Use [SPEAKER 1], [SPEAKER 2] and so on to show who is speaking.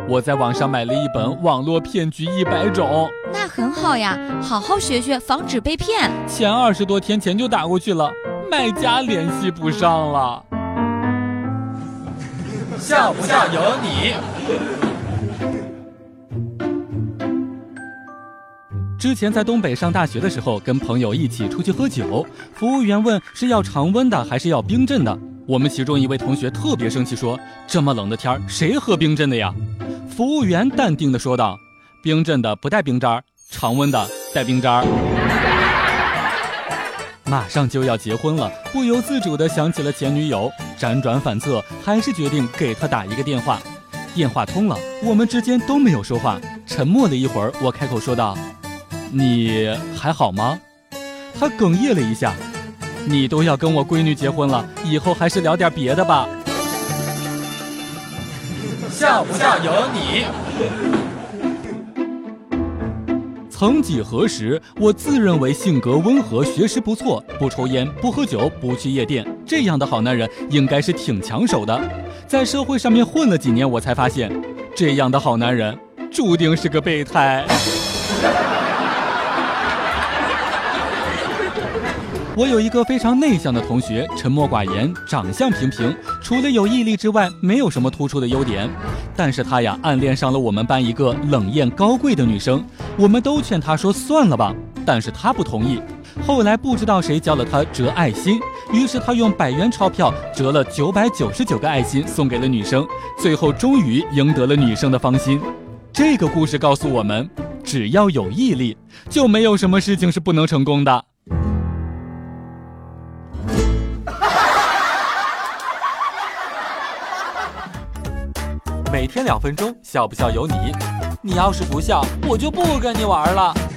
[SPEAKER 1] 我在网上买了一本《网络骗局100种》。
[SPEAKER 2] 那很好呀，好好学学，防止被骗。
[SPEAKER 1] 前20多天前就打过去了，卖家联系不上了。
[SPEAKER 3] 笑不笑由你。
[SPEAKER 1] 之前在东北上大学的时候，跟朋友一起出去喝酒，服务员问是要常温的还是要冰镇的。我们其中一位同学特别生气说，这么冷的天谁喝冰镇的呀？服务员淡定地说道，冰镇的不带冰渣，常温的带冰渣。马上就要结婚了，不由自主地想起了前女友，辗转反侧，还是决定给她打一个电话。电话通了，我们之间都没有说话，沉默了一会儿，我开口说道，你还好吗？她哽咽了一下，你都要跟我闺女结婚了，以后还是聊点别的吧。
[SPEAKER 3] 笑不笑由你。
[SPEAKER 1] 曾几何时，我自认为性格温和，学识不错，不抽烟，不喝酒，不去夜店，这样的好男人应该是挺抢手的。在社会上面混了几年，我才发现，这样的好男人注定是个备胎。我有一个非常内向的同学，沉默寡言，长相平平，除了有毅力之外，没有什么突出的优点。但是他呀，暗恋上了我们班一个冷艳高贵的女生，我们都劝他说算了吧，但是他不同意。后来不知道谁教了他折爱心，于是他用100元钞票折了999个爱心送给了女生，最后终于赢得了女生的芳心。这个故事告诉我们，只要有毅力，就没有什么事情是不能成功的。每天2分钟，笑不笑由你。你要是不笑，我就不跟你玩了。